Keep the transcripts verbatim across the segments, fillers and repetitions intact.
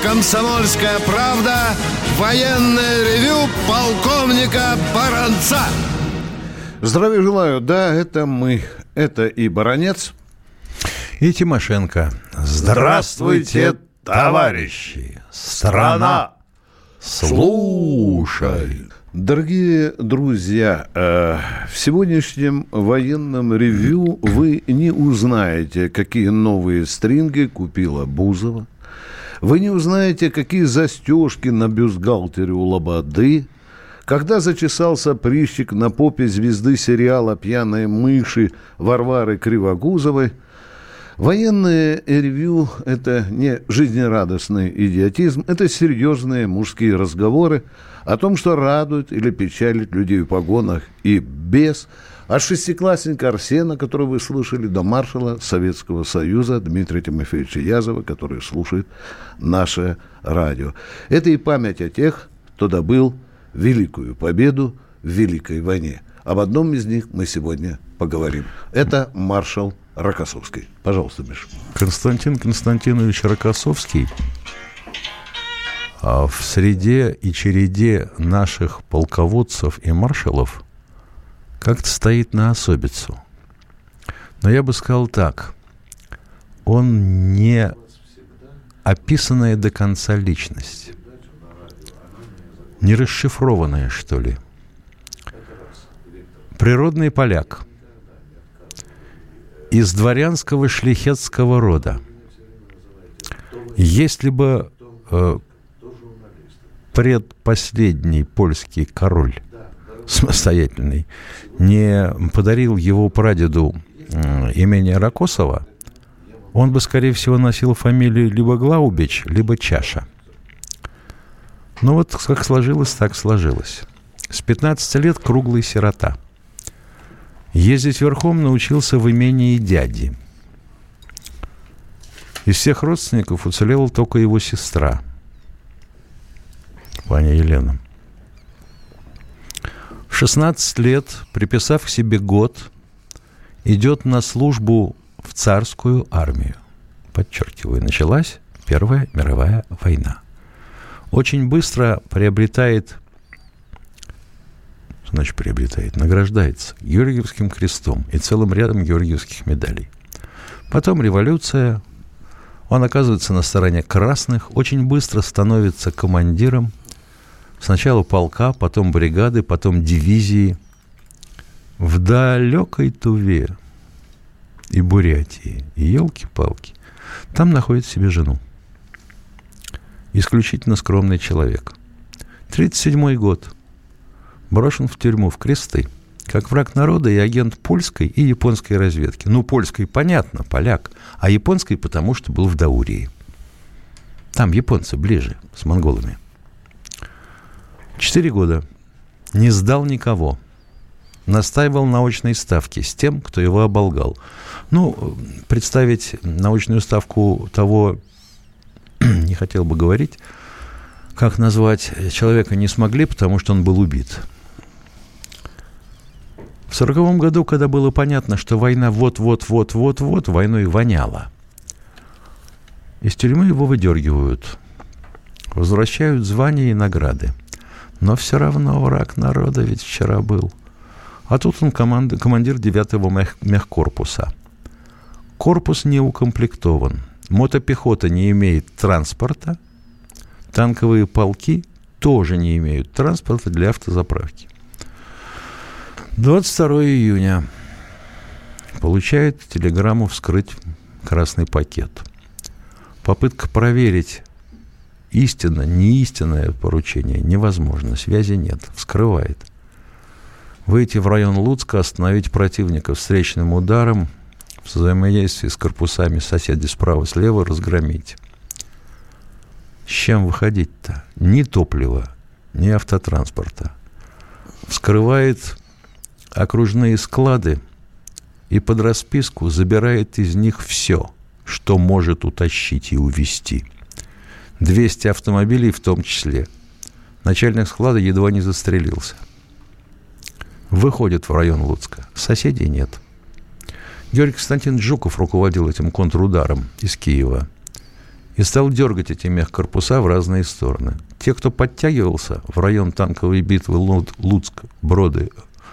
«Комсомольская правда». Военное ревю полковника Баранца. Здравия желаю. Да, это мы. Это и Баранец, и Тимошенко. Здравствуйте, товарищи! Страна, слушай! Дорогие друзья, в сегодняшнем военном ревью вы не узнаете, какие новые стринги купила Бузова. Вы не узнаете, какие застежки на бюстгальтере у Лободы. Когда зачесался прыщик на попе звезды сериала «Пьяные мыши» Варвары Кривогузовой. Военное ревью – это не жизнерадостный идиотизм, это серьезные мужские разговоры о том, что радует или печалит людей в погонах и без. От шестиклассника Арсена, которого вы слышали, до маршала Советского Союза Дмитрия Тимофеевича Язова, который слушает наше радио. Это и память о тех, кто добыл великую победу в Великой войне. Об одном из них мы сегодня поговорим. Это маршал Рокоссовский. Пожалуйста, Миша. Константин Константинович Рокоссовский в среде и череде наших полководцев и маршалов как-то стоит на особицу. Но я бы сказал так. Он не описанная до конца личность. Не расшифрованная, что ли. Природный поляк. Из дворянского шляхетского рода. Если бы э, предпоследний польский король самостоятельный не подарил его прадеду э, имение Рокоссова, он бы, скорее всего, носил фамилию либо Глаубич, либо Чаша. Ну вот как сложилось, так сложилось. С пятнадцати лет круглый сирота. Ездить верхом научился в имении дяди. Из всех родственников уцелела только его сестра, Ваня Елена. В шестнадцать лет, приписав к себе год, идет на службу в царскую армию. Подчеркиваю, началась Первая мировая война. Очень быстро приобретает, значит, приобретает, награждается Георгиевским крестом и целым рядом георгиевских медалей. Потом революция, он оказывается на стороне красных, очень быстро становится командиром сначала полка, потом бригады, потом дивизии. В далекой Туве и Бурятии, и елки-палки, там находит себе жену. Исключительно скромный человек. тридцать седьмой год. Брошен в тюрьму, в кресты. Как враг народа и агент польской и японской разведки. Ну, польской, понятно, поляк. А японской, потому что был в Даурии. Там японцы ближе, с монголами. Четыре года. Не сдал никого. Настаивал на очной ставке с тем, кто его оболгал. Ну, представить научную ставку того... не хотел бы говорить, как назвать человека не смогли, потому что он был убит. В сороковом году, когда было понятно, что война вот-вот-вот-вот-вот, войной воняло, из тюрьмы его выдергивают, возвращают звания и награды. Но все равно враг народа ведь вчера был. А тут он команд... командир девятого мех... мехкорпуса. Корпус не укомплектован. Мотопехота не имеет транспорта, танковые полки тоже не имеют транспорта для автозаправки. двадцать второго июня получает телеграмму вскрыть красный пакет. Попытка проверить, истинно, неистинное поручение невозможно, связи нет, вскрывает. Выйти в район Луцка, остановить противника встречным ударом, в взаимодействии с корпусами соседей справа-слева разгромить. С чем выходить-то? Ни топлива, ни автотранспорта. Вскрывает окружные склады и под расписку забирает из них все, что может утащить и увезти. двести автомобилей в том числе. Начальник склада едва не застрелился. Выходит в район Луцка. Соседей нет. Георгий Константинович Жуков руководил этим контрударом из Киева. и стал дергать эти мехкорпуса в разные стороны. Те, кто подтягивался в район танковой битвы Луцк, Броды,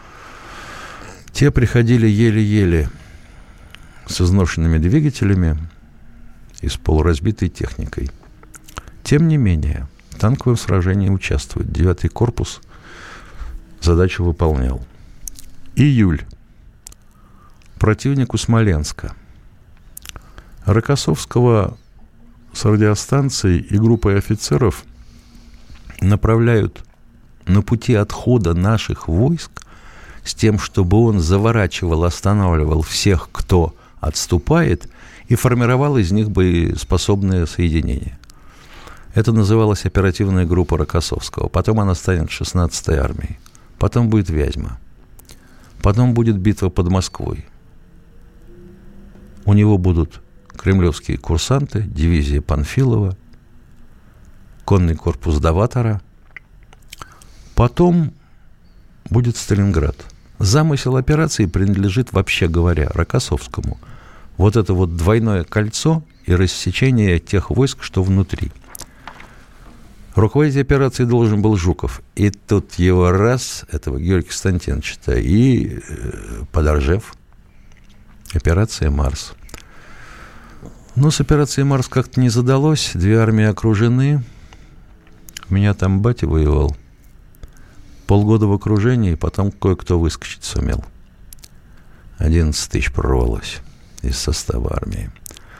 те приходили еле-еле с изношенными двигателями и с полуразбитой техникой. Тем не менее, в танковом сражении участвует. Девятый корпус задачу выполнял. Июль. Противник у Смоленска. Рокоссовского с радиостанцией и группой офицеров направляют на пути отхода наших войск с тем, чтобы он заворачивал, останавливал всех, кто отступает, и формировал из них боеспособные соединения. Это называлась оперативная группа Рокоссовского. Потом она станет шестнадцатой армией. Потом будет Вязьма. Потом будет битва под Москвой. У него будут кремлевские курсанты, дивизия Панфилова, конный корпус Даватора. Потом будет Сталинград. Замысел операции принадлежит, вообще говоря, Рокоссовскому. Вот это вот двойное кольцо и рассечение тех войск, что внутри. Руководить операцией должен был Жуков. И тут его раз, этого Георгия Константиновича, и э, Подоржев. Операция «Марс». Но с операцией «Марс» как-то не задалось. Две армии окружены. У меня там батя воевал. Полгода в окружении, и потом кое-кто выскочить сумел. одиннадцать тысяч прорвалось из состава армии.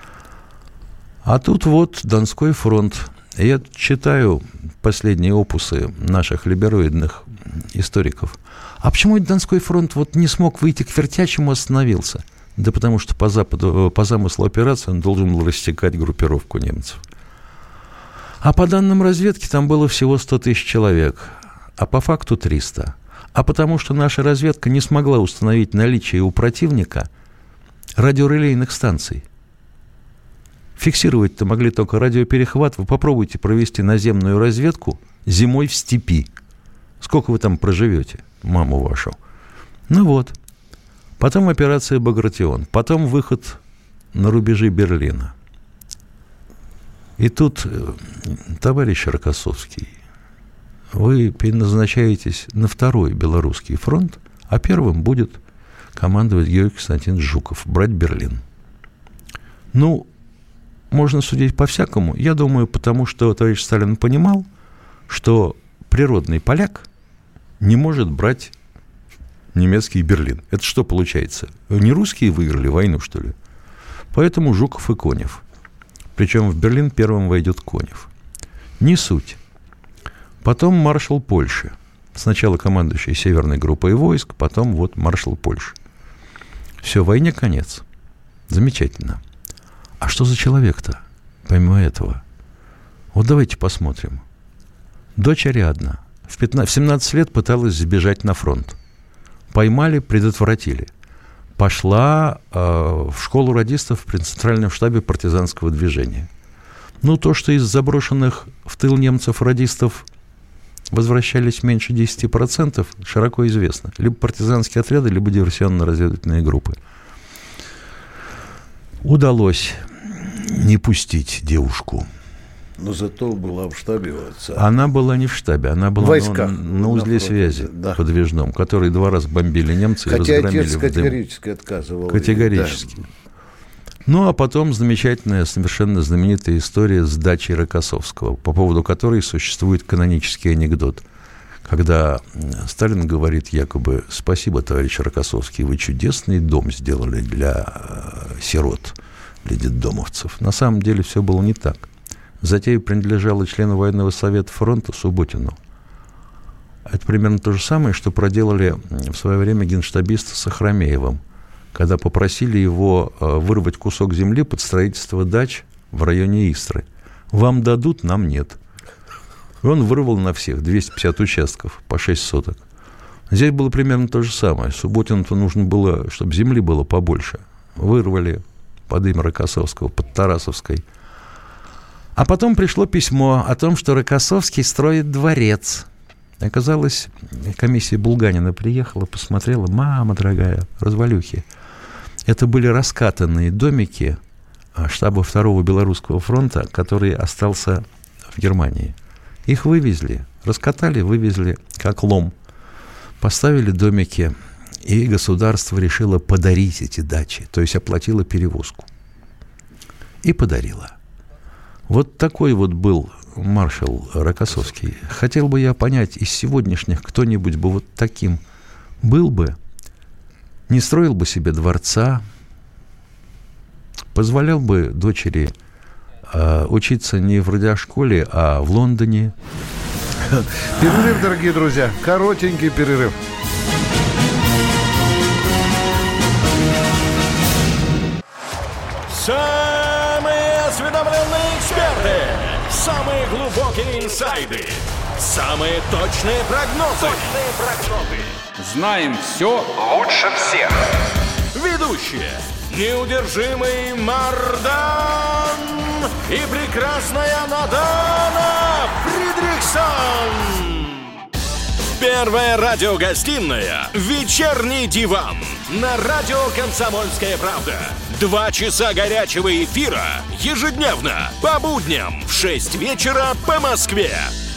А тут вот Донской фронт. Я читаю последние опусы наших либероидных историков. А почему этот Донской фронт вот не смог выйти к Вертячему, остановился? Да потому что по, западу, по замыслу операции он должен был рассекать группировку немцев. А по данным разведки там было всего сто тысяч человек, а по факту триста. А потому что наша разведка не смогла установить наличие у противника радиорелейных станций. Фиксировать-то могли только радиоперехват. Вы попробуйте провести наземную разведку зимой в степи. Сколько вы там проживете, маму вашу? Ну вот. Потом операция «Багратион». Потом выход на рубежи Берлина. И тут, товарищ Рокоссовский, вы переназначаетесь на второй Белорусский фронт, а первым будет командовать Георгий Константинович Жуков, брать Берлин. Ну, можно судить по-всякому. Я думаю, потому что товарищ Сталин понимал, что природный поляк не может брать немецкий Берлин. Это что получается? Не русские выиграли войну, что ли? Поэтому Жуков и Конев. Причем в Берлин первым войдет Конев. Не суть. Потом маршал Польши. Сначала командующий Северной группой войск, потом вот маршал Польши. Все, войне конец. Замечательно. А что за человек-то, помимо этого? Вот давайте посмотрим. Дочь Ариадна в, пятнадцать, в семнадцать лет пыталась сбежать на фронт. Поймали, предотвратили. Пошла э, в школу радистов при Центральном штабе партизанского движения. Ну, то, что из заброшенных в тыл немцев радистов возвращались меньше десяти процентов, широко известно. Либо партизанские отряды, либо диверсионно-разведывательные группы. Удалось не пустить девушку. Но зато была в штабе у отца. Она была не в штабе, она была на, на узле на связи, да. подвижном, который два раза бомбили немцы. Хотя и разгромили отец категорически отказывал. Категорически. Да. Ну, а потом замечательная, совершенно знаменитая история с дачей Рокоссовского, по поводу которой существует канонический анекдот. Когда Сталин говорит якобы: «Спасибо, товарищ Рокоссовский, вы чудесный дом сделали для сирот, для детдомовцев». На самом деле все было не так. Затея принадлежала члену военного совета фронта Субботину. Это примерно то же самое, что проделали в свое время генштабисты с Ахрамеевым, когда попросили его вырвать кусок земли под строительство дач в районе Истры. «Вам дадут, нам нет». И он вырвал на всех двести пятьдесят участков по шесть соток. Здесь было примерно то же самое. Субботину-то нужно было, чтобы земли было побольше. Вырвали под имя Рокоссовского, под Тарасовской. А потом пришло письмо о том, что Рокоссовский строит дворец. Оказалось, комиссия Булганина приехала, посмотрела: «Мама дорогая, развалюхи». Это были раскатанные домики штаба второго Белорусского фронта, который остался в Германии. Их вывезли, раскатали, вывезли как лом, поставили домики, и государство решило подарить эти дачи, то есть оплатило перевозку. И подарило. Вот такой вот был маршал Рокоссовский. Хотел бы я понять, из сегодняшних кто-нибудь бы вот таким был бы, не строил бы себе дворца, позволял бы дочери э, учиться не в радиошколе, а в Лондоне. Перерыв, дорогие друзья, коротенький перерыв. Самые осведомленные эксперты, самые глубокие инсайды, самые точные прогнозы. Точные прогнозы. Знаем все лучше всех. Ведущие: неудержимый Мардан и прекрасная Надана Фридрихсон. Первая радиогостинная «Вечерний диван» на радио «Комсомольская правда». Два часа горячего эфира ежедневно по будням в шесть вечера по Москве.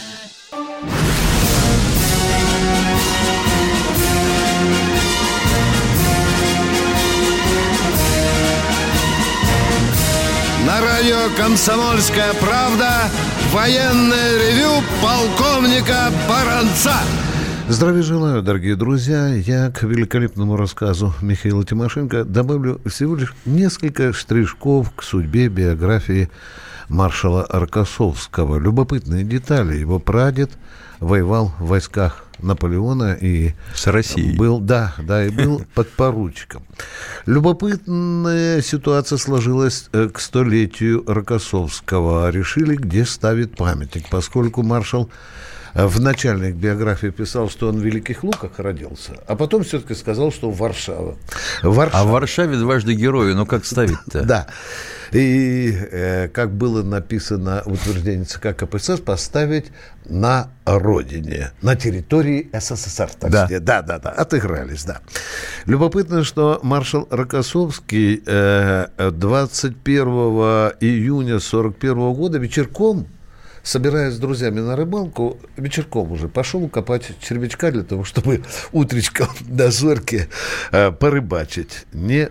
На радио «Комсомольская правда» военное ревю полковника Баранца. Здравия желаю, дорогие друзья. Я к великолепному рассказу Михаила Тимошенко добавлю всего лишь несколько штришков к судьбе биографии маршала Рокоссовского. Любопытные детали. Его прадед воевал в войсках Наполеона и с Россией. Был, да, да, и был подпоручиком. Любопытная ситуация сложилась к столетию Рокоссовского. Решили, где ставить памятник, поскольку маршал в начальной биографии писал, что он в Великих Луках родился, а потом все-таки сказал, что в Варшаве. Варшава. А в Варшаве дважды герою, ну как ставить-то? Да. И э, как было написано в утверждении ЦК КПСС, поставить на родине, на территории СССР. Так да. Сказать. Да, да, да, отыгрались, да. Любопытно, что маршал Рокоссовский э, двадцать первого июня сорок первого года вечерком, собираясь с друзьями на рыбалку, вечерком уже пошел копать червячка для того, чтобы утречком до зорьки э, порыбачить. Не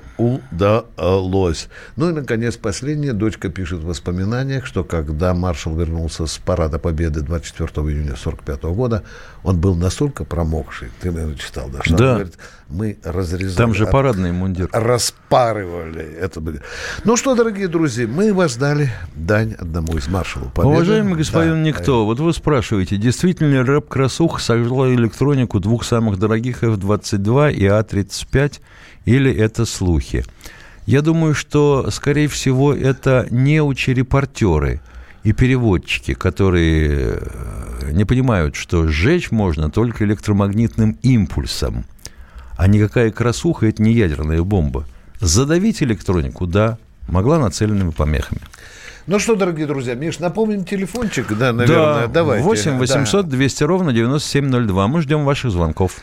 удалось. Ну и, наконец, последнее. Дочка пишет в воспоминаниях, что когда маршал вернулся с парада Победы двадцать четвёртого июня сорок пятого года, он был настолько промокший, ты, наверное, читал, да, что да. он говорит, мы разрезали. Там же парадный мундир. Распарывали. Это... Ну что, дорогие друзья, мы воздали дань одному из маршалов Победы. Уважаемый господин да. Никто, вот вы спрашиваете, действительно ли рэп-красуха сожгла электронику двух самых дорогих эф двадцать два и а тридцать пять, или это слухи? Я думаю, что, скорее всего, это неучи-репортеры и переводчики, которые не понимают, что сжечь можно только электромагнитным импульсом, а никакая красуха – это не ядерная бомба. Задавить электронику, да, могла нацеленными помехами. Ну что, дорогие друзья, Миш, напомним телефончик, да, наверное, да, давайте. восемь восемьсот двести ровно девяносто семь ноль два. Мы ждем ваших звонков.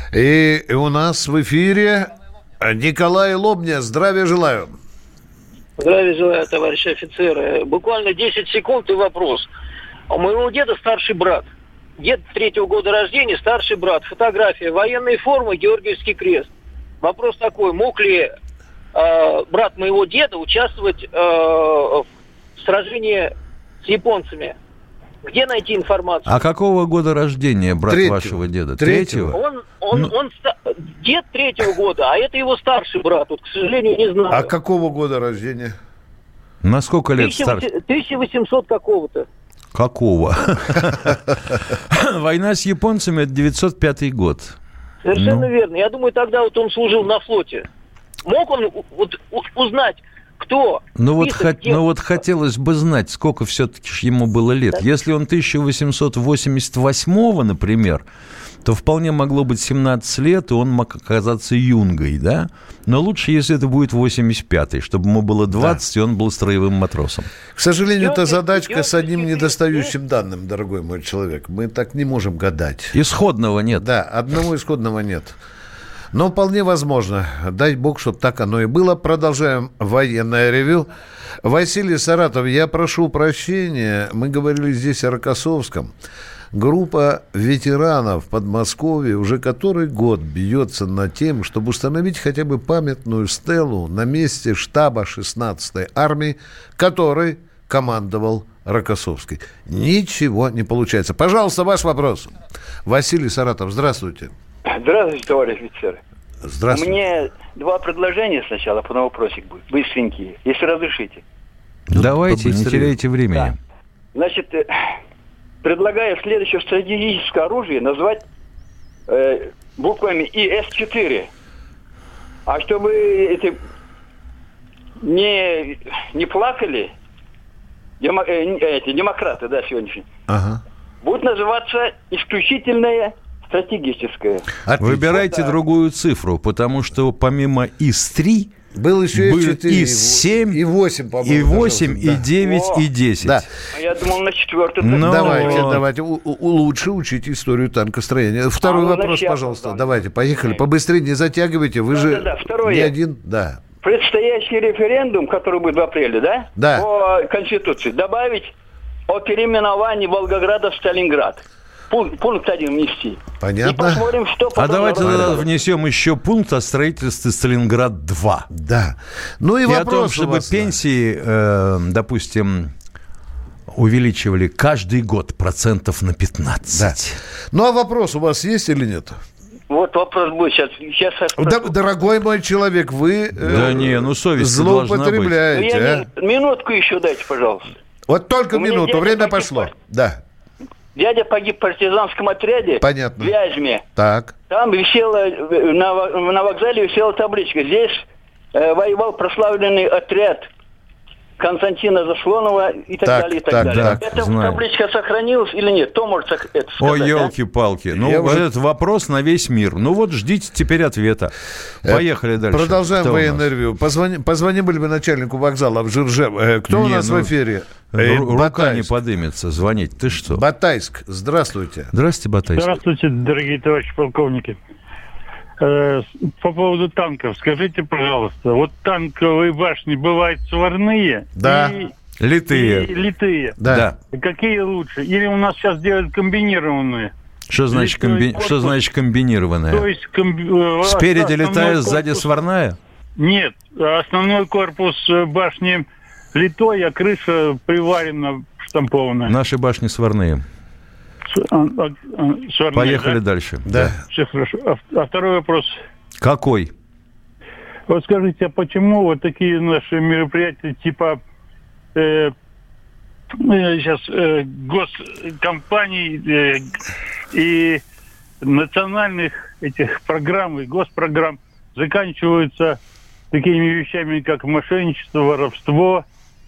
И у нас в эфире Николай Лобня. Здравия желаю. Здравия желаю, товарищи офицеры. Буквально десять секунд и вопрос. У моего деда старший брат. Дед третьего года рождения, старший брат. Фотография, военная форма, Георгиевский крест. Вопрос такой, мог ли э, брат моего деда участвовать э, в сражении с японцами? Где найти информацию? А какого года рождения брат Третьего. вашего деда? Третьего. Он, он, Ну... он дед третьего года, а это его старший брат. Вот, к сожалению, не знаю. А какого года рождения? На сколько лет старше? тысяча восемьсот какого-то. Какого? Война с японцами – это девятьсот пятый год. Совершенно Ну. верно. Я думаю, тогда вот он служил на флоте. Мог он вот узнать, кто? Ну вот, список хот- тех- ну вот хотелось бы знать, сколько все-таки ж ему было лет. Если он тысяча восемьсот восемьдесят восьмого, например, то вполне могло быть семнадцать лет, и он мог оказаться юнгой, да? Но лучше, если это будет восемьдесят пятый, чтобы ему было двадцать, да. И он был строевым матросом. К сожалению, это Георгий- задачка с одним Георгий- недостающим данным, дорогой мой человек. Мы так не можем гадать. Исходного нет. Да, одного исходного нет. Но вполне возможно. Дай бог, чтобы так оно и было. Продолжаем военное ревю. Василий Саратов, я прошу прощения. Мы говорили здесь о Рокоссовском. Группа ветеранов в Подмосковье уже который год бьется над тем, чтобы установить хотя бы памятную стелу на месте штаба шестнадцатой армии, которой командовал Рокоссовский. Ничего не получается. Пожалуйста, ваш вопрос. Василий Саратов, здравствуйте. Здравствуйте, товарищ офицер. Здравствуйте. У меня два предложения сначала, потом вопросик будет. Быстренькие, если разрешите. Давайте, побыстрее. не теряйте времени. Да. Значит, э, предлагаю следующее стратегическое оружие назвать э, буквами И С четыре. А чтобы эти не, не плакали, демо, э, эти демократы, да, сегодняшние, Ага. будет называться исключительное стратегическое. Отлично. Выбирайте Да. другую цифру, потому что помимо И С три Был еще был и четыре, И С семь, и восемь, по-моему. и даже восемь, вот, и да. девять, О, и десять. Да. А я думал, на четвертый. Но- Давайте, Вот. давайте. У- у- лучше учить историю танкостроения. Второй А, ну, вопрос, начать, пожалуйста. да. Давайте, поехали. Побыстрее, не затягивайте. Вы Да, же да, да. Второе. не один. Да. Предстоящий референдум, который будет в апреле, да? Да. По Конституции. Добавить о переименовании Волгограда в Сталинград. Пункт, пункт один внести. Понятно. И посмотрим, что А потом давайте народ тогда скажет. внесем еще пункт о строительстве Сталинград-два. Да. Ну и, И вопрос о том, у чтобы вас, да. пенсии, э, допустим, увеличивали каждый год процентов на Да. пятнадцать. Ну а вопрос у вас есть или нет? Вот вопрос будет сейчас. Сейчас я спрошу. Да, дорогой мой человек, вы э, Да не, ну совесть должна быть. Ну, злоупотребляете. я а? ми- минутку еще дайте, пожалуйста. Вот только У меня минуту, дядя время погиб пошло. в- Да. Дядя погиб в партизанском отряде Понятно. в Вязьме. Так. Там висела, э, на, во- на вокзале висела табличка. Здесь э, воевал прославленный отряд Константина Заслонова и так, Так, далее, и так, так, далее. так, Эта знаю. табличка сохранилась или нет? Кто может сох- это О, сказать? а? елки-палки. Ну, Я уже- этот вопрос на весь мир. Ну вот ждите теперь ответа. Поехали дальше. Продолжаем Кто у нас? военное ревью. Позвони, позвоним бы начальнику вокзала в Жирже. Э, Кто у Не, нас ну, в эфире? Э, Ру- Рука не Батайск. подымется звонить. Ты что? Батайск, здравствуйте. Здрасте, Батайск. Здравствуйте, дорогие товарищи полковники. Э, с- По поводу танков, скажите, пожалуйста, вот танковые башни бывают сварные Да. и, Литые. и литые. Да. Какие лучше? Или у нас сейчас делают комбинированные? Что значит, Литый комби- корпус. что значит комбинированная? То есть комби- э, Спереди основной летая, корпус- сзади сварная? Нет, основной корпус э, башни литой, а крыша приварена, штампована. Наши башни сварные. С- а- а- а, сварная, Поехали да? дальше. Да. Все хорошо. А, а второй вопрос. Какой? Вот скажите, а почему вот такие наши мероприятия типа э, э, сейчас э, госкомпаний э, и национальных этих программ и госпрограмм заканчиваются такими вещами, как мошенничество, воровство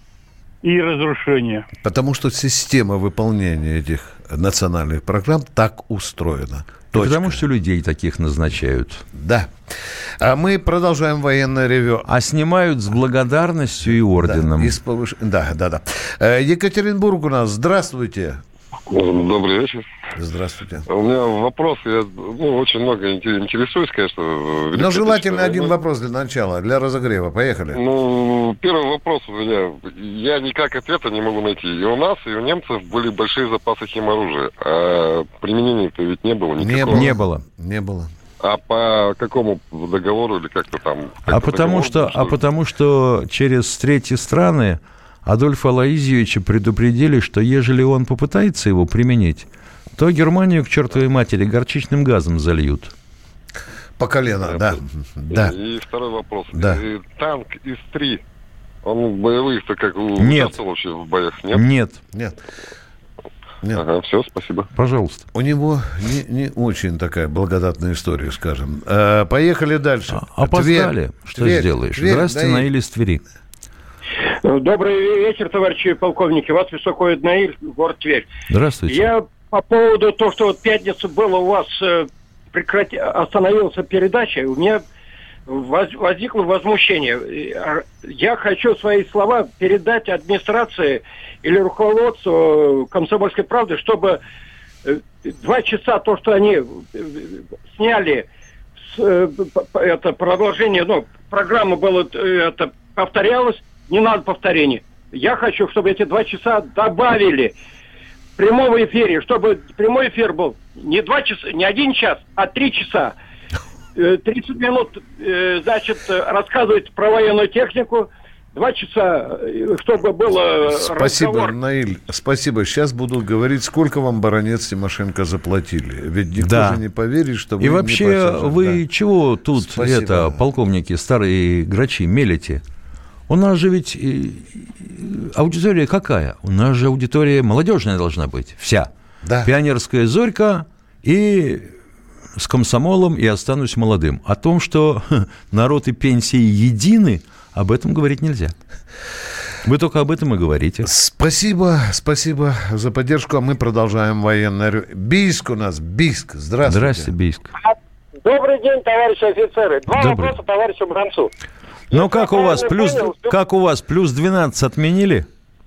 и разрушение? Потому что система выполнения этих национальных программ так устроена. Да Точка. потому что людей таких назначают. Да. А мы продолжаем военное ревю. А снимают с благодарностью и орденом. Да, и с повыш- да, да, да. Э, Екатеринбург у нас. Здравствуйте. Добрый вечер. Здравствуйте. У меня вопрос. Я ну, очень много инте- интересуюсь, конечно. Но Великой желательно Отечественной один войной. вопрос для начала, для разогрева. Поехали. Ну, первый вопрос у меня. Я никак ответа не могу найти. И у нас, и у немцев были большие запасы химоружия. А применения-то ведь не было никакого. Не было. Не было. Не было. А по какому договору или как-то там? А как-то потому, договор что, был, а ли? потому что через третьи страны Адольфа Алоизьевича предупредили, что ежели он попытается его применить, то Германию к чертовой матери горчичным газом зальют. По колено, да. Да. И второй вопрос. Да. И танк ИС три, он в боевых-то как Нет. участвовал вообще в боях? Нет? Нет. Нет. Нет. Ага, все, спасибо. Пожалуйста. У него не, не очень такая благодатная история, скажем. Э, поехали дальше. А- Опоздали. Тверь. Что Тверь. сделаешь? Тверь, Здравствуйте, да и- Наиль из Твери. Добрый вечер, товарищи полковники. Вас беспокоит Наиль, город Тверь. Здравствуйте. Я по поводу того, что вот пятница было у вас, э, прекрати... остановилась передача, у меня воз... возникло возмущение. И, а, Я хочу свои слова передать администрации или руководству «Комсомольской правды», чтобы э, два часа то, что они э, сняли э, это продолжение, ну, программа была, это повторялась, не надо повторений. Я хочу, чтобы эти два часа добавили в прямом эфире, чтобы прямой эфир был не два часа, не один час, а три часа. тридцать минут, значит, рассказывать про военную технику, два часа, чтобы было Спасибо, разговор. Наиль, спасибо. Сейчас буду говорить, сколько вам, баронец Тимошенко, заплатили. Ведь никто Да. же не поверит, что вы И не вообще, платежи. вы Да. чего тут, Спасибо. это, полковники, старые грачи, мелите? У нас же ведь и- и аудитория какая? У нас же аудитория молодежная должна быть, вся. Да. Пионерская зорька и с комсомолом и останусь молодым. О том, что народ и пенсии едины, об этом говорить нельзя. Вы только об этом и говорите. Спасибо, спасибо за поддержку. А мы продолжаем военное ревю. Бийск у нас, Бийск. Здравствуйте. Здрасте, Бийск. Добрый день, товарищи офицеры. Два Добрый. вопроса товарищу Бранцу. Ну, как у вас, плюс, понял, что- как у вас, плюс двенадцать отменили?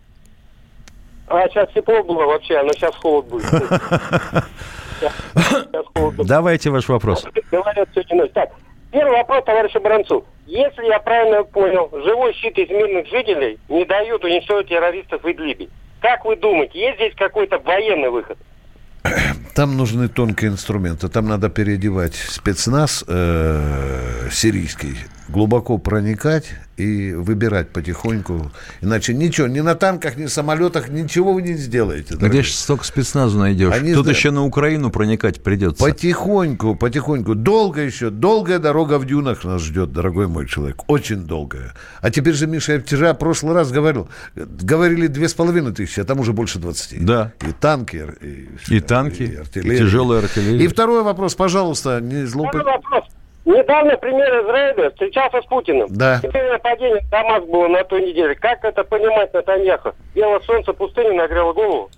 А сейчас тепло было вообще, но сейчас холод будет. Сейчас холод будет. Давайте ваш вопрос. Говорят сегодня ночь. Так, первый вопрос товарищу Бранцу. Если я правильно понял, живой щит из мирных жителей не дают уничтожить террористов в Идлибе. Как вы думаете, есть здесь какой-то военный выход? Там нужны тонкие инструменты. Там надо переодевать спецназ э, сирийский, глубоко проникать и выбирать потихоньку. Иначе ничего, ни на танках, ни на самолетах, ничего вы не сделаете. Где дорогие. же столько спецназу найдешь? Они Тут знают. еще на Украину проникать придется. Потихоньку, потихоньку. Долго еще, долгая дорога в дюнах нас ждет, дорогой мой человек. Очень долгая. А теперь же, Миша, я вчера, в прошлый раз говорил, говорили две с половиной тысячи, а там уже больше двадцати. Да. И танки, и, И танки, и артиллерия. и тяжелая артиллерия. И второй вопрос, пожалуйста, не злоупотребляйте. Второй вопрос. Недавно премьер Израиля встречался с Путиным. Да. Теперь нападение в Дамаск было на той неделе. Как это понимать, Натаньяху? Белое солнце пустыни нагрело голову.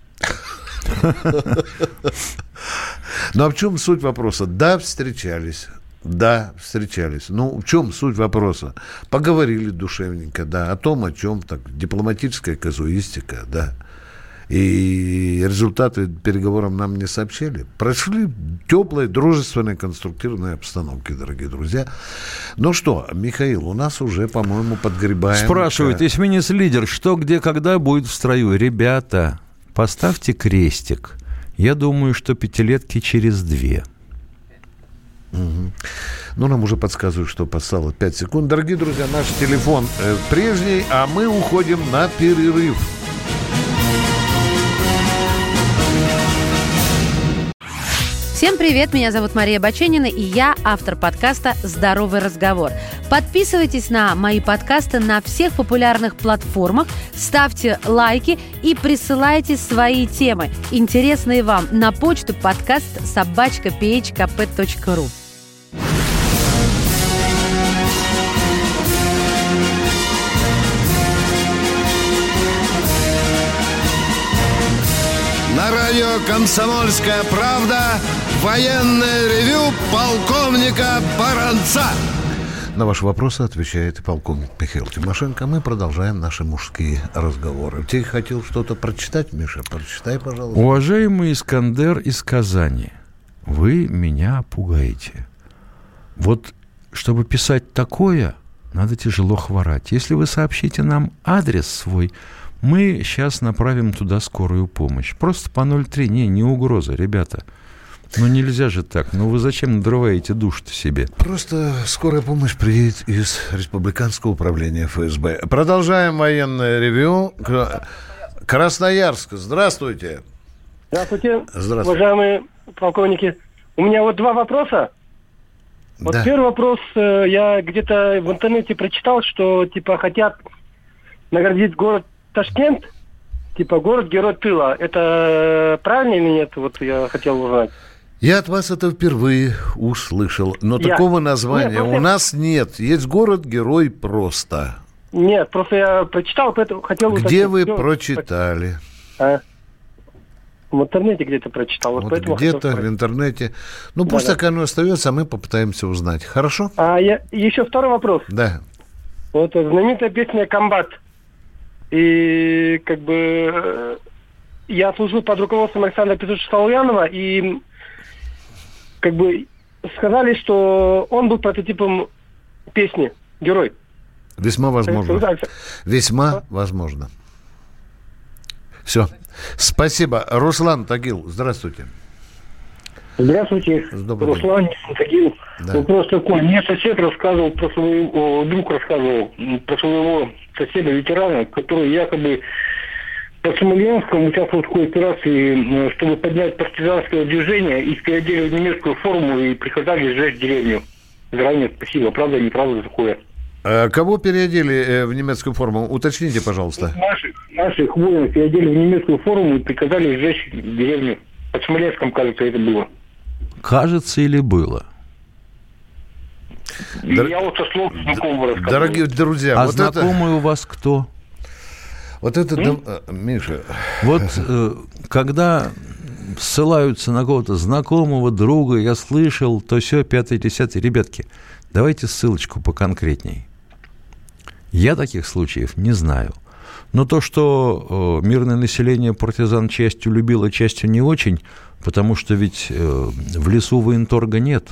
Ну, а в чем суть вопроса? Да, встречались. Да, встречались. Ну, в чем суть вопроса? Поговорили душевненько, да, о том, о чем, так, дипломатическая казуистика, да. И результаты переговоров нам не сообщили. Прошли теплые, дружественные, конструктивные обстановки, дорогие друзья. Ну что, Михаил, у нас уже, по-моему, подгребаем. Спрашивает эсминец-лидер, что, где, когда будет в строю. Ребята, поставьте крестик. Я думаю, что пятилетки через две. Угу. Ну, нам уже подсказывают, что подстало пять секунд. Дорогие друзья, наш телефон э, прежний, а мы уходим на перерыв. Всем привет, меня зовут Мария Баченина, и я автор подкаста «Здоровый разговор». Подписывайтесь на мои подкасты на всех популярных платформах, ставьте лайки и присылайте свои темы, интересные вам, на почту подкаст собачка пи эйч ка пэ точка ру. На радио «Комсомольская правда» военное ревю полковника Баранца. На ваши вопросы отвечает полковник Михаил Тимошенко. Мы продолжаем наши мужские разговоры. Ты хотел что-то прочитать, Миша? Прочитай, пожалуйста. Уважаемый Искандер из Казани, вы меня пугаете. Вот, чтобы писать такое, надо тяжело хворать. Если вы сообщите нам адрес свой, мы сейчас направим туда скорую помощь. Просто по ноль три. Не, не угроза, ребята. Ну, нельзя же так. Ну, вы зачем надрываете душу-то себе? Просто скорая помощь приедет из Республиканского управления эф эс бэ. Продолжаем военное ревю. Красноярск. Здравствуйте. Здравствуйте, Здравствуйте. уважаемые полковники. У меня вот два вопроса. Вот Да. первый вопрос, э, я где-то в интернете прочитал, что типа хотят наградить город Ташкент, типа город-герой тыла. Это правильно или нет? Вот я хотел узнать. Я от вас это впервые услышал. Но Я. такого названия Нет, просто- у нас нет. Есть город-герой просто. Нет, просто я прочитал, поэтому хотел Где уточнить. вы Ну, прочитали? а? В интернете где-то прочитал. Вот Вот поэтому хотел где-то в спросить. интернете. Ну, пусть Да-да. так оно остается, а мы попытаемся узнать. Хорошо? А я, еще второй вопрос. Да. Вот знаменитая песня «Комбат». И как бы э, я служил под руководством Александра Петровича Салуянова, и как бы сказали, что он был прототипом песни «Герой». Весьма возможно. Весьма возможно. Все. Спасибо. Руслан Тагил, здравствуйте. Здравствуйте, Руслан Тагил. Да. Вопрос такой. Мне сосед рассказывал про своего, друг рассказывал про своего соседа-ветерана, который якобы по Смоленскому участвовал в такой операции, чтобы поднять партизанское движение, и переодели в немецкую форму и приказали сжечь деревню. Заранее спасибо. Правда, неправда такое? А кого переодели в немецкую форму? Уточните, пожалуйста. Наших, наших воинов переодели в немецкую форму и приказали сжечь деревню. Под Смоленском, кажется, это было. Кажется или было? Дор... Я вот со слов знакомого рассказывал. Дорогие друзья, а вот знакомый это... у вас кто? Вот это, дом... Миша... Вот э, когда ссылаются на кого-то знакомого, друга, я слышал, то все, пятое, десятое. Ребятки, давайте ссылочку поконкретней. Я таких случаев не знаю. Но то, что э, мирное население партизан частью любило, частью не очень, потому что ведь э, в лесу военторга нет.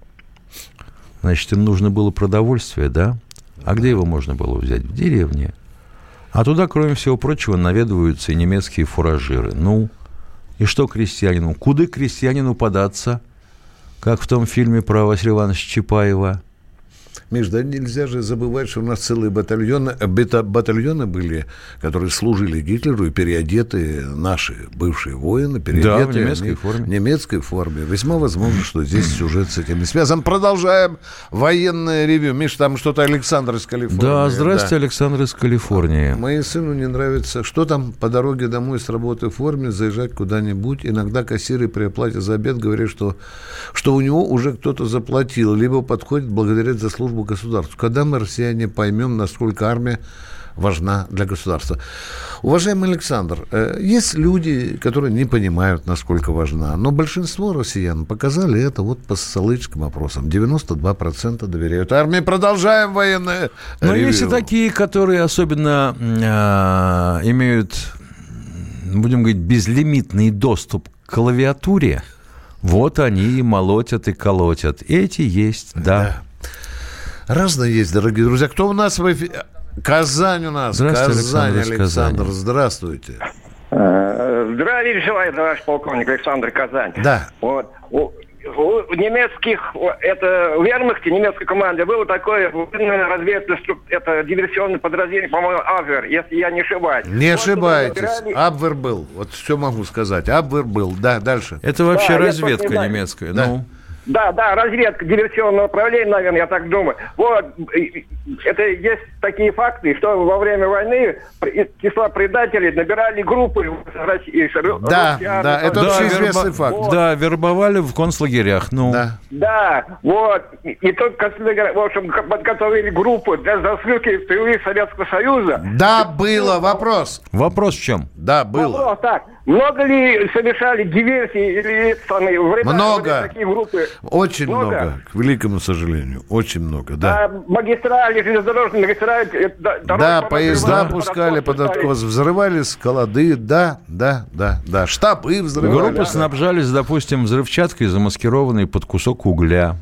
Значит, им нужно было продовольствие, да? А где его можно было взять? В деревне. А туда, кроме всего прочего, наведываются и немецкие фуражиры. Ну, и что крестьянину? Куда крестьянину податься? Как в том фильме про Василия Ивановича Чапаева. Миш, да нельзя же забывать, что у нас целые батальоны, батальоны были, которые служили Гитлеру и переодетые наши бывшие воины, переодетые да, в немецкой форме. В немецкой форме. Весьма возможно, что здесь сюжет с этим связан. Продолжаем военное ревью. Миш, там что-то Александр из Калифорнии. Да, здрасте, да. Александр из Калифорнии. Моему сыну не нравится, что там по дороге домой с работы в форме, заезжать куда-нибудь. Иногда кассиры при оплате за обед говорят, что, что у него уже кто-то заплатил, либо подходит благодарят за службу государству. Когда мы, россияне, поймем, насколько армия важна для государства? Уважаемый Александр, есть люди, которые не понимают, насколько важна, но большинство россиян показали это вот по социологическим опросам. девяносто два процента доверяют армии. Продолжаем военное Но ревью. есть и такие, которые особенно э, имеют, будем говорить, безлимитный доступ к клавиатуре. Вот они и молотят, и колотят. Эти есть, да. да. Разные есть, дорогие друзья. Кто у нас в эфире? Казань у нас. Здравствуйте, Казань, Александр. Александр. Здравствуйте. Здравия желаю, товарищ полковник Александр, Казань. Да. Вот. У, у немецких, это в вермахте немецкой команде было такое разведывательное, это диверсионное подразделение, по-моему, Абвер, если я не ошибаюсь. Не вот, ошибаетесь. набирали... Абвер был. Вот все могу сказать. Абвер был. Да, дальше. Это вообще да, разведка немецкая. Да. Ну. Да, да, разведка диверсионного управления, наверное, я так думаю. Вот, это есть такие факты, что во время войны числа предателей набирали группы России. Да, да, это да, общеизвестный верба... факт. Вот. Да, вербовали в концлагерях, ну. Да, да вот. И только, в общем, подготовили группу для засылки в тылы Советского Союза. Да, было. Вопрос. Вопрос в чем? Да, было. Вопрос так. Много ли совершали диверсии или самые вреда, много. Такие группы? Очень много? много, к великому сожалению. Очень много, да. А магистрали, железнодорожные магистрали... Да, поезда пускали под откос, взрывали склады, да, да, да, да. Штабы взрывали. Группы да. снабжались, допустим, взрывчаткой, замаскированной под кусок угля.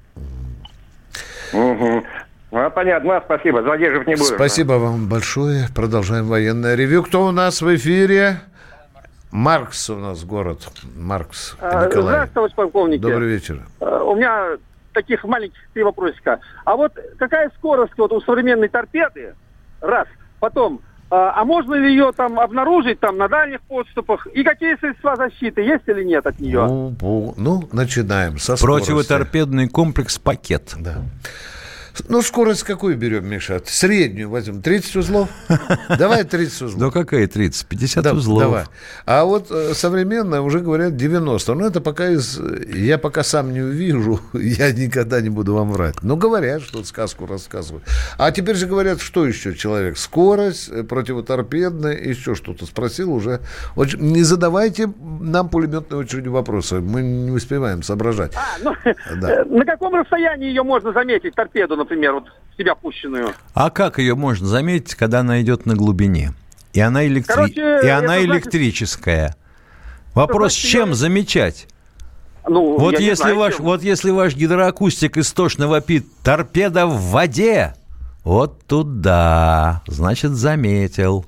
Угу. Ну, понятно, спасибо, задерживать не буду. Спасибо вам большое. Продолжаем военное ревью. Кто у нас в эфире? Маркс у нас город. Маркс. Николай. Здравствуйте, товарищ полковник. Добрый вечер. У меня таких маленьких три вопросика. А вот какая скорость вот у современной торпеды? Раз. Потом, а можно ли ее там обнаружить там на дальних подступах? И какие средства защиты есть или нет от нее? Ну, ну, ну начинаем со скорости. Противоторпедный комплекс «Пакет». Да. Ну, скорость какую берем, Миша? Среднюю возьмем. тридцать узлов? Давай тридцать узлов. Да какая тридцать? пятьдесят да, узлов. Давай. А вот э, современно уже говорят девяносто. Но это пока из... Я пока сам не увижу, я никогда не буду вам врать. Но говорят, что сказку рассказывают. А теперь же говорят, что еще человек? Скорость, противоторпедная, еще что-то. Спросил уже. Очень... Не задавайте нам пулеметной очередью вопросы. Мы не успеваем соображать. А, ну, да. На каком расстоянии ее можно заметить, торпеду, например, вот в себя пущенную? А как ее можно заметить, когда она идет на глубине? И она, электри... Короче, и она значит... электрическая. Вопрос, значит, чем я... замечать? Ну, вот, я не если знаю, ваш, чем. вот если ваш гидроакустик истошно вопит «торпеда в воде», вот туда, значит, заметил.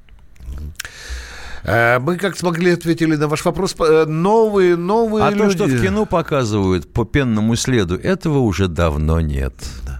Мы как смогли ответили на ваш вопрос. Новые, новые а люди. А то, что в кино показывают по пенному следу, этого уже давно нет. Да.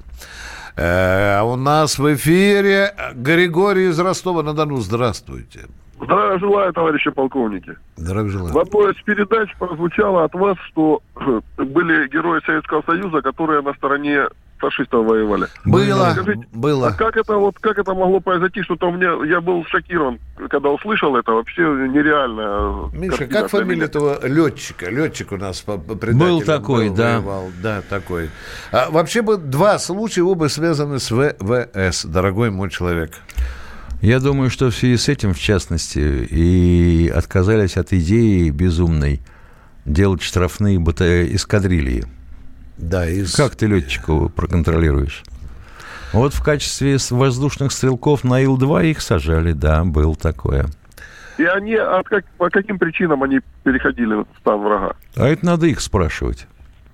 А у нас в эфире Григорий из Ростова-на-Дону. Здравствуйте. Здравия желаю, товарищи полковники. Здравия желаю. В одной из передач прозвучало от вас, что были герои Советского Союза, которые на стороне фашистов воевали. Было, Скажите, было. А как это вот, как это могло произойти, что-то у меня, я был шокирован, когда услышал это, вообще нереально. Миша, как фамилия этого летчика? Летчик у нас по предателям был такой, был, да. Воевал. Да, такой. А, вообще бы два случая, оба связаны с ВВС, дорогой мой человек. Я думаю, что в связи с этим, в частности, и отказались от идеи безумной делать штрафные бата... эскадрильи. Да, из... Как ты летчику проконтролируешь? Вот в качестве воздушных стрелков на Ил два их сажали, да, было такое. И они, от как, по каким причинам они переходили в стан врага? А это надо их спрашивать.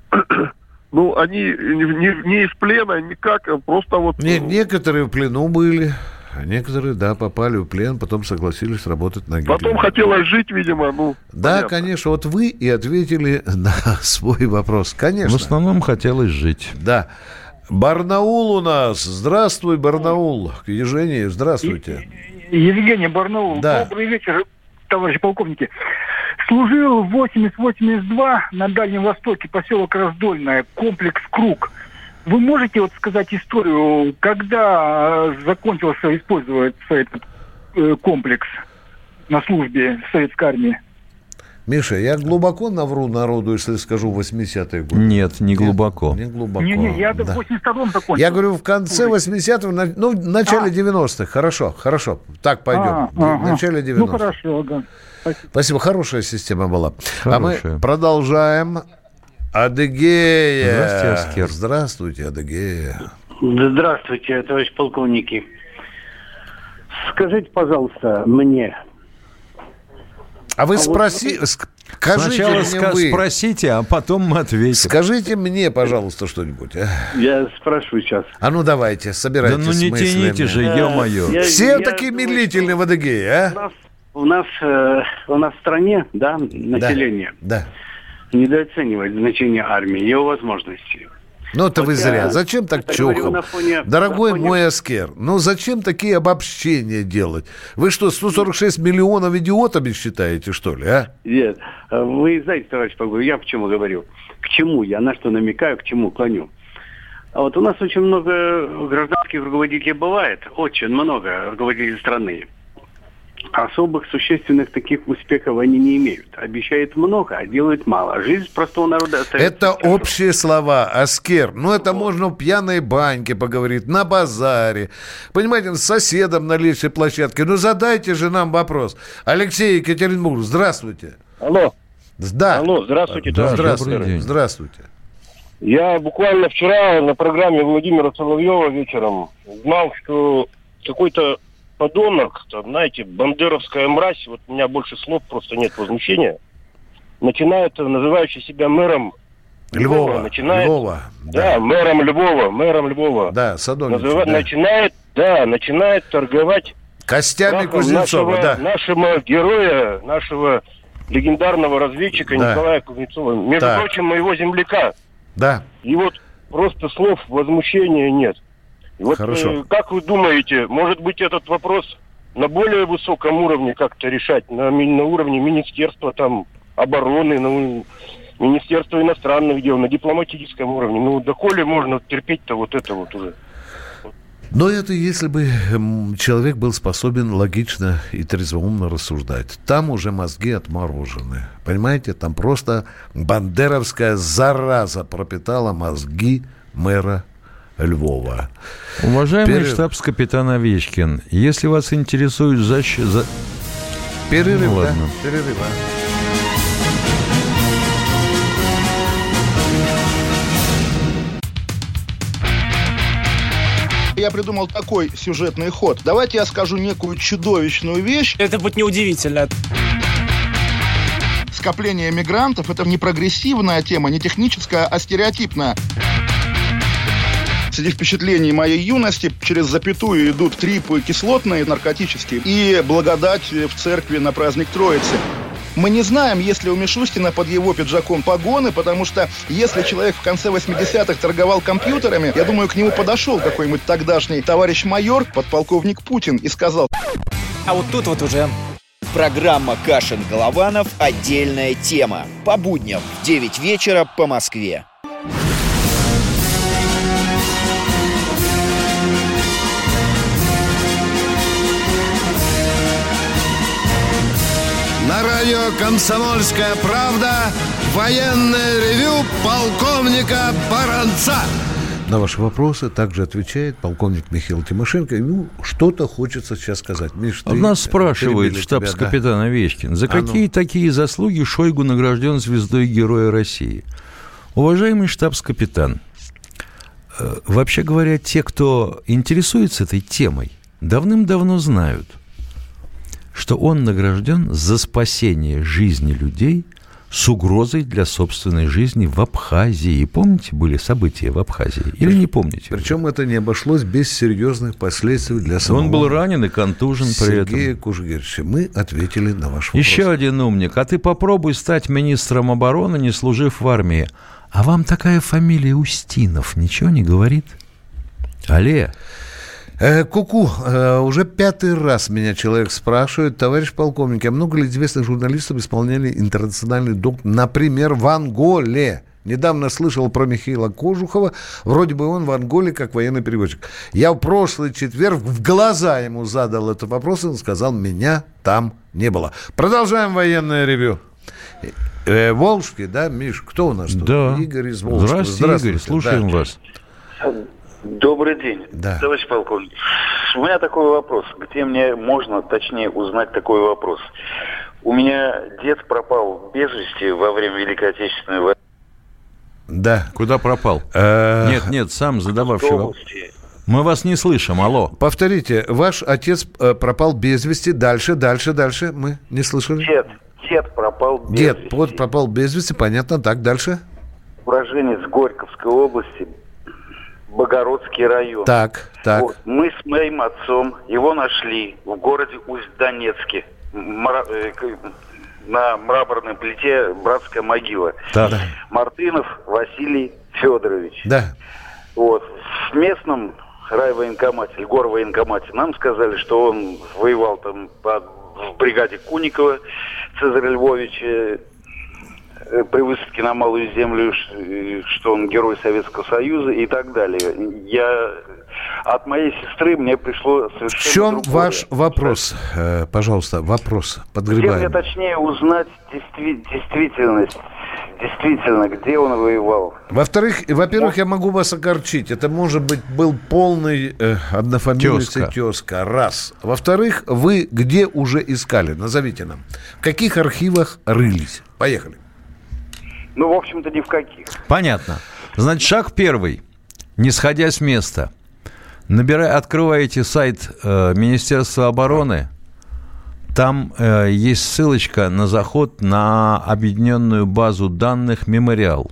Ну, они не, не из плена, никак, просто вот... Не, некоторые в плену были. А некоторые, да, попали в плен, потом согласились работать на Гитлера. Потом хотелось жить, видимо, ну... Да, понятно. Конечно, вот вы и ответили на свой вопрос. Конечно. В основном хотелось жить. Да. Барнаул у нас. Здравствуй, Барнаул. Евгений, здравствуйте. Евгений, Барнаул. Да. Добрый вечер, товарищи полковники. Служил в восемьдесят восемьдесят два на Дальнем Востоке, поселок Раздольное, комплекс «Круг». Вы можете вот сказать историю, когда закончился использоваться этот э, комплекс на службе в советской армии? Миша, я глубоко навру народу, если скажу восьмидесятые годы. Нет, не глубоко. Не, не глубоко. Не, не, я да. в восемьдесят втором закончил. Я говорю, в конце восьмидесятых, ну, в начале а. девяностых. Хорошо, хорошо. Так пойдем. А, в ага. начале девяностых. Ну, хорошо, да. Спасибо. Спасибо. Хорошая система была. Хорошая. А мы продолжаем. Адыгея. Здравствуйте, Аскер. Здравствуйте, Адыгея. Здравствуйте, товарищ полковники. Скажите, пожалуйста, мне... А вы а спроси... Вот... Скажите Сначала мне ска- вы. спросите, а потом мы ответим. Скажите мне, пожалуйста, что-нибудь. А, я спрашиваю сейчас. а ну давайте, собирайтесь. Да ну не мыслями. тяните же, ё-моё. Я, Все я такие думаю, медлительные в Адыгее, а? У нас, у нас, э, у нас в стране, да, население Да. недооценивает значение армии, ее возможностей. Ну, это Вот вы я зря. Зачем так это говорю чухом? на фоне- Дорогой на фоне- мой Аскер, ну зачем такие обобщения делать? Вы что, сто сорок шесть миллионов идиотами считаете, что ли, а? Нет, вы знаете, товарищ полковник, я почему говорю? К чему я, на что намекаю, к чему клоню? А вот у нас очень много гражданских руководителей бывает, очень много руководителей страны. Особых существенных таких успехов они не имеют. Обещают много, а делают мало. Жизнь простого народа остается... Это общие слова, Аскер. Ну, это можно в пьяной баньке поговорить, на базаре. Понимаете, с соседом на личной площадке. Ну, задайте же нам вопрос. Алексей, Екатеринбург, здравствуйте. Алло. Да. Алло, здравствуйте. Да, здравствуйте. здравствуйте. Здравствуйте. Я буквально вчера на программе Владимира Соловьева вечером знал, что какой-то подонок, там, знаете, бандеровская мразь, вот у меня больше слов просто нет возмущения, начинает, называющий себя мэром Львова, Львова, начинает, Львова, да, да, мэром Львова, мэром Львова. Да, Садовничий, называ, да. Начинает, да, начинает торговать костями Кузнецова, нашего, да. нашего героя, нашего легендарного разведчика Да. Николая Кузнецова. Между Так. прочим, моего земляка. Да. И вот просто слов возмущения нет. И вот Хорошо. э, как вы думаете, может быть, этот вопрос на более высоком уровне как-то решать, на, ми- на уровне Министерства там, обороны, на Министерства иностранных дел, на дипломатическом уровне? Ну, доколе можно терпеть-то вот это вот уже? Но это если бы м, человек был способен логично и трезвоумно рассуждать. Там уже мозги отморожены. Понимаете, там просто бандеровская зараза пропитала мозги мэра Львова. Уважаемый Перерыв. штабс-капитан Овечкин, если вас интересует защита... За... Перерыв, Ну, да? ладно. Перерыв, а? Я придумал такой сюжетный ход. Давайте я скажу некую чудовищную вещь. Это будет неудивительно. скопление мигрантов – это не прогрессивная тема, не техническая, а стереотипная. Среди впечатлений моей юности через запятую идут трипы кислотные, наркотические, и благодать в церкви на праздник Троицы. Мы не знаем, есть ли у Мишустина под его пиджаком погоны, потому что если человек в конце восьмидесятых торговал компьютерами, я думаю, к нему подошел какой-нибудь тогдашний товарищ майор, подполковник Путин, и сказал: а вот тут вот уже... Программа Кашин-Голованов «Отдельная тема». По будням в девять вечера по Москве. На радио «Комсомольская правда» военное ревю полковника Баранца. На ваши вопросы также отвечает полковник Михаил Тимошенко. Ему что-то хочется сейчас сказать. Миш, ты... Нас спрашивает штабс-капитан да? Овечкин, за а какие ну. такие заслуги Шойгу награжден звездой Героя России? Уважаемый штабс-капитан, э, вообще говоря, те, кто интересуется этой темой, давным-давно знают, что он награжден за спасение жизни людей с угрозой для собственной жизни в Абхазии. Помните, были события в Абхазии? Или не помните? Причем это не обошлось без серьезных последствий для самого... Он был ранен и контужен при этом. Сергея Кужгерча. Мы ответили на ваш вопрос. Еще один умник. А ты попробуй стать министром обороны, не служив в армии. А вам такая фамилия Устинов ничего не говорит? Алле. Э, Ку-ку, э, уже пятый раз меня человек спрашивает: товарищ полковник, а много ли известных журналистов исполняли интернациональный долг, например, в Анголе? Недавно слышал про Михаила Кожухова, вроде бы он в Анголе как военный переводчик. Я в прошлый четверг в глаза ему задал этот вопрос, и он сказал: меня там не было. Продолжаем военное ревю. Э, Волжский, да, Миш, кто у нас тут? Да. Игорь из Волжского. Здравствуйте, Здравствуйте, Игорь, слушаем да. вас. Добрый день, да. товарищ полковник. У меня такой вопрос, где мне можно точнее узнать такой вопрос. У меня дед пропал без вести во время Великой Отечественной войны. Да. Куда пропал? Нет, нет, сам задававший вопрос. Мы вас не слышим, алло. Повторите, ваш отец пропал без вести, дальше, дальше, дальше, мы не слышали. Дед, дед пропал без дед, вести. Дед пропал без вести, понятно, так, дальше. Уроженец Горьковской области, Богородский район. Так, так. Вот. Мы с моим отцом его нашли в городе Усть-Донецке. Мра... На мраморной плите братская могила. Да. Мартынов Василий Федорович. Да. Вот. В местном райвоенкомате, горвоенкомате нам сказали, что он воевал там под... в бригаде Куникова Цезаря Львовича при высадке на Малую Землю, что он герой Советского Союза и так далее. Я от моей сестры мне пришло совершенно В чем другое. ваш вопрос? Э, пожалуйста, вопрос подгребаем. Где мне точнее узнать действи- действительность, действительно, где он воевал? Во-вторых, во-первых, я могу вас огорчить. Это, может быть, был полный э, однофамильный тезка. тезка. Раз. Во-вторых, вы где уже искали? Назовите нам. В каких архивах рылись? Поехали. Ну, в общем-то, ни в каких. Понятно. Значит, шаг первый. Не сходя с места. Набирай, открываете сайт э, Министерства обороны. Там э, есть ссылочка на заход на объединенную базу данных «Мемориал».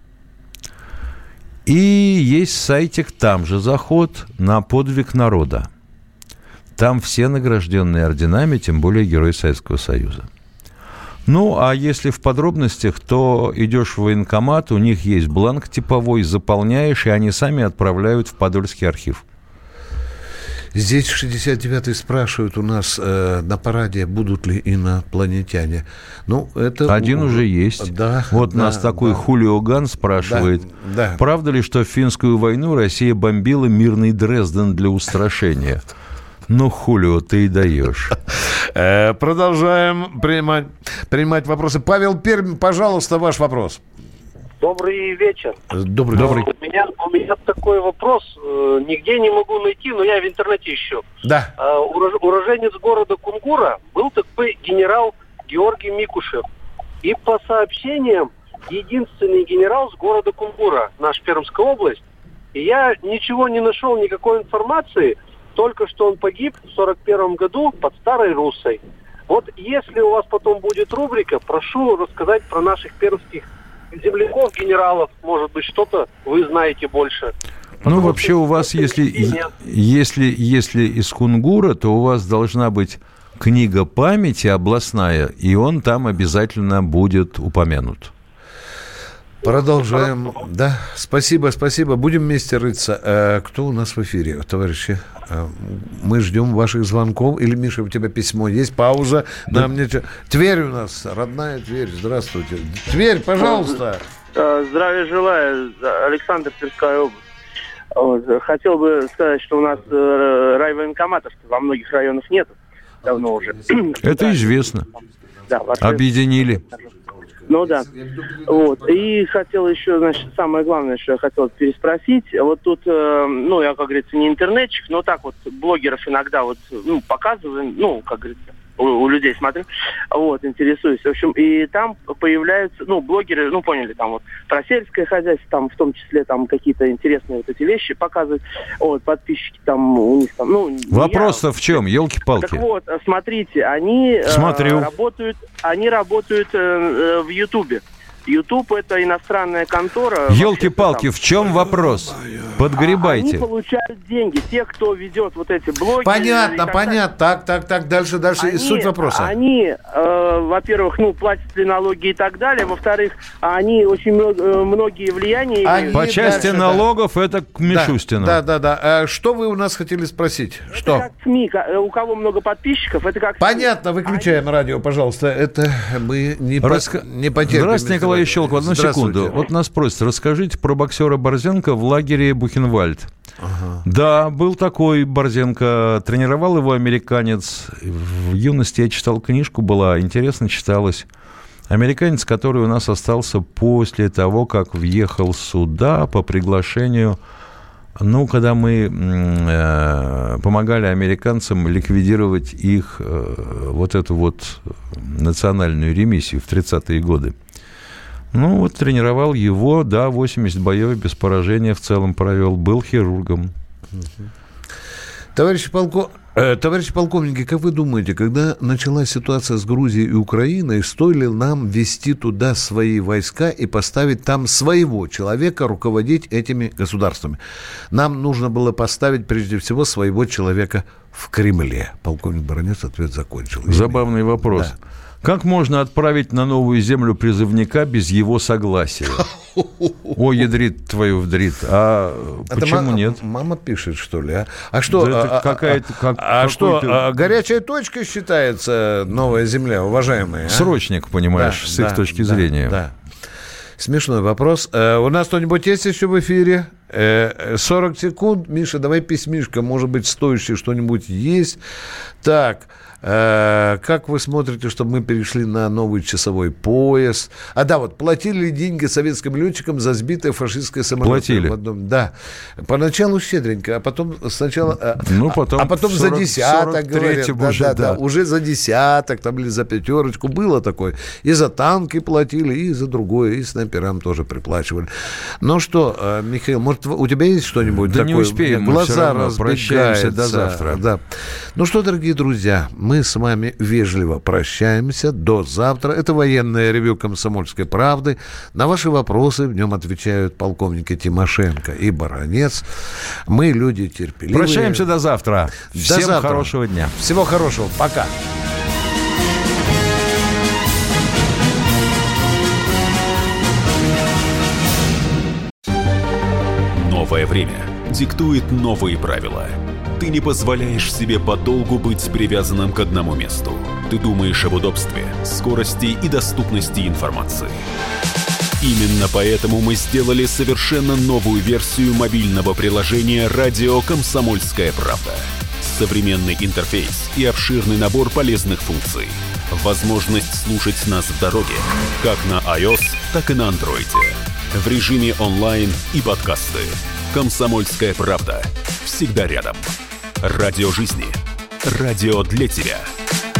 И есть сайтик, там же заход на подвиг народа. Там все награжденные орденами, тем более Герои Советского Союза. Ну, а если в подробностях, то идешь в военкомат, у них есть бланк типовой, заполняешь, и они сами отправляют в Подольский архив. Здесь шестьдесят девятый спрашивают у нас э, на параде, будут ли инопланетяне. Ну, это... Один у... уже есть. Да, вот да, нас такой да. Хулио Ган спрашивает, да, да. правда ли, что в финскую войну Россия бомбила мирный Дрезден для устрашения? Ну, Хулио, ты и даешь. Продолжаем принимать, принимать вопросы. Павел Пермь, пожалуйста, ваш вопрос. Добрый вечер. Добрый, добрый. У меня, у меня такой вопрос. Нигде не могу найти, но я в интернете ищу. Да. Уроженец города Кунгура был такой генерал Георгий Микушев. И по сообщениям, единственный генерал с города Кунгура, наша Пермская область. И я ничего не нашел, никакой информации. Только что он погиб в сорок первом году под Старой Руссой. Вот если у вас потом будет рубрика, прошу рассказать про наших пермских земляков, генералов. Может быть, что-то вы знаете больше. Ну, вообще у вас, если, если, если из Кунгура, то у вас должна быть книга памяти областная, и он там обязательно будет упомянут. Продолжаем. Да, спасибо, спасибо. Будем вместе рыться. А кто у нас в эфире, товарищи? Мы ждем ваших звонков. Или, Миша, у тебя письмо есть? Пауза. Да. Нам не... Тверь у нас, родная Тверь. Здравствуйте. Тверь, пожалуйста. Здравия желаю. Александр, Тверская область. Вот. Хотел бы сказать, что у нас райвоенкоматов во многих районах нет. Давно уже. Это известно. Да, объединили. Ну да. Вот. И хотел еще, значит, самое главное, что я хотел переспросить. Вот тут, э, ну, я, как говорится, не интернетчик, но так вот блогеров иногда вот, ну, показываю, ну, как говорится, у, у людей смотрю, вот, интересуюсь. В общем, и там появляются, ну, блогеры, ну, поняли, там вот про сельское хозяйство, там в том числе там какие-то интересные вот эти вещи показывают. Вот, подписчики там у них там, ну... Вопрос-то в чем? Елки-палки. Так вот, смотрите, они Смотрю. Э, работают, они работают э, э, в Ютубе. Ютуб — это иностранная контора. Елки-палки, в чем вопрос? Подгребайте. Они получают деньги, те, кто ведет вот эти блоги. Понятно, понятно. Так, так, так, дальше, дальше. Они, суть вопроса. Они, э, во-первых, ну, платят ли налоги и так далее. Во-вторых, они очень много, многие влияния они имеют. По части дальше, налогов, да. Это к Мишустину. Да, да, да. да. А что вы у нас хотели спросить? Это что? Как СМИ, у кого много подписчиков, это как Понятно, СМИ. Выключаем они... радио, пожалуйста. Это мы не, Раска... по... не потерпим. Здравствуйте, Николай Щелков. Одну секунду. Вот нас просят, расскажите про боксера Борзенко в лагере Бухенвальд. Ага. Да, был такой Борзенко. Тренировал его американец. В юности я читал книжку, была интересно читалась. Американец, который у нас остался после того, как въехал сюда по приглашению. Ну, когда мы э, помогали американцам ликвидировать их э, вот эту вот национальную ремиссию в тридцатые годы. Ну, вот тренировал его, да, восемьдесят боев без поражения в целом провел, был хирургом. Товарищи, полко... э, товарищи полковники, как вы думаете, когда началась ситуация с Грузией и Украиной, стоило нам ввести туда свои войска и поставить там своего человека руководить этими государствами? Нам нужно было поставить прежде всего своего человека в Кремле. Полковник Баранец ответ закончил. Забавный вопрос. Да. Как можно отправить на новую землю призывника без его согласия? О, ядрит твою вдрит. А это почему ма- нет? Мама пишет, что ли? А, а что, да а, какая-то, как, а, что а, горячей точкой считается новая земля, уважаемые? А? Срочник, понимаешь, да, с их да, точки да, зрения. Да. Смешной вопрос. Э, у нас кто-нибудь есть еще в эфире? Э, сорок секунд. Миша, давай письмишко. Может быть, стоящее что-нибудь есть. Так. Как вы смотрите, чтобы мы перешли на новый часовой пояс? А да, вот платили ли деньги советским летчикам за сбитое фашистское самолет? Платили. В одном, да. Поначалу щедренько, а потом сначала... Ну, потом а потом сорок, за десяток, говорят. Да, уже, да, да. да, уже за десяток, там, или за пятерочку. Было такое. И за танки платили, и за другое, и снайперам тоже приплачивали. Ну что, Михаил, может, у тебя есть что-нибудь да такое? Не успеем, глаза мы прощаемся до завтра. Да. Ну что, дорогие друзья, мы с вами вежливо прощаемся. До завтра. Это военное ревью «Комсомольской правды». На ваши вопросы в нем отвечают полковники Тимошенко и Баранец. Мы люди терпеливые. Прощаемся до завтра. До Всем завтра. Хорошего дня. Всего хорошего. Пока. Новое время диктует новые правила. Ты не позволяешь себе подолгу быть привязанным к одному месту. Ты думаешь об удобстве, скорости и доступности информации. Именно поэтому мы сделали совершенно новую версию мобильного приложения «Радио Комсомольская правда». Современный интерфейс и обширный набор полезных функций. Возможность слушать нас в дороге, как на iOS, так и на Android. В режиме онлайн и подкасты. «Комсомольская правда». Всегда рядом. Радио жизни. Радио для тебя.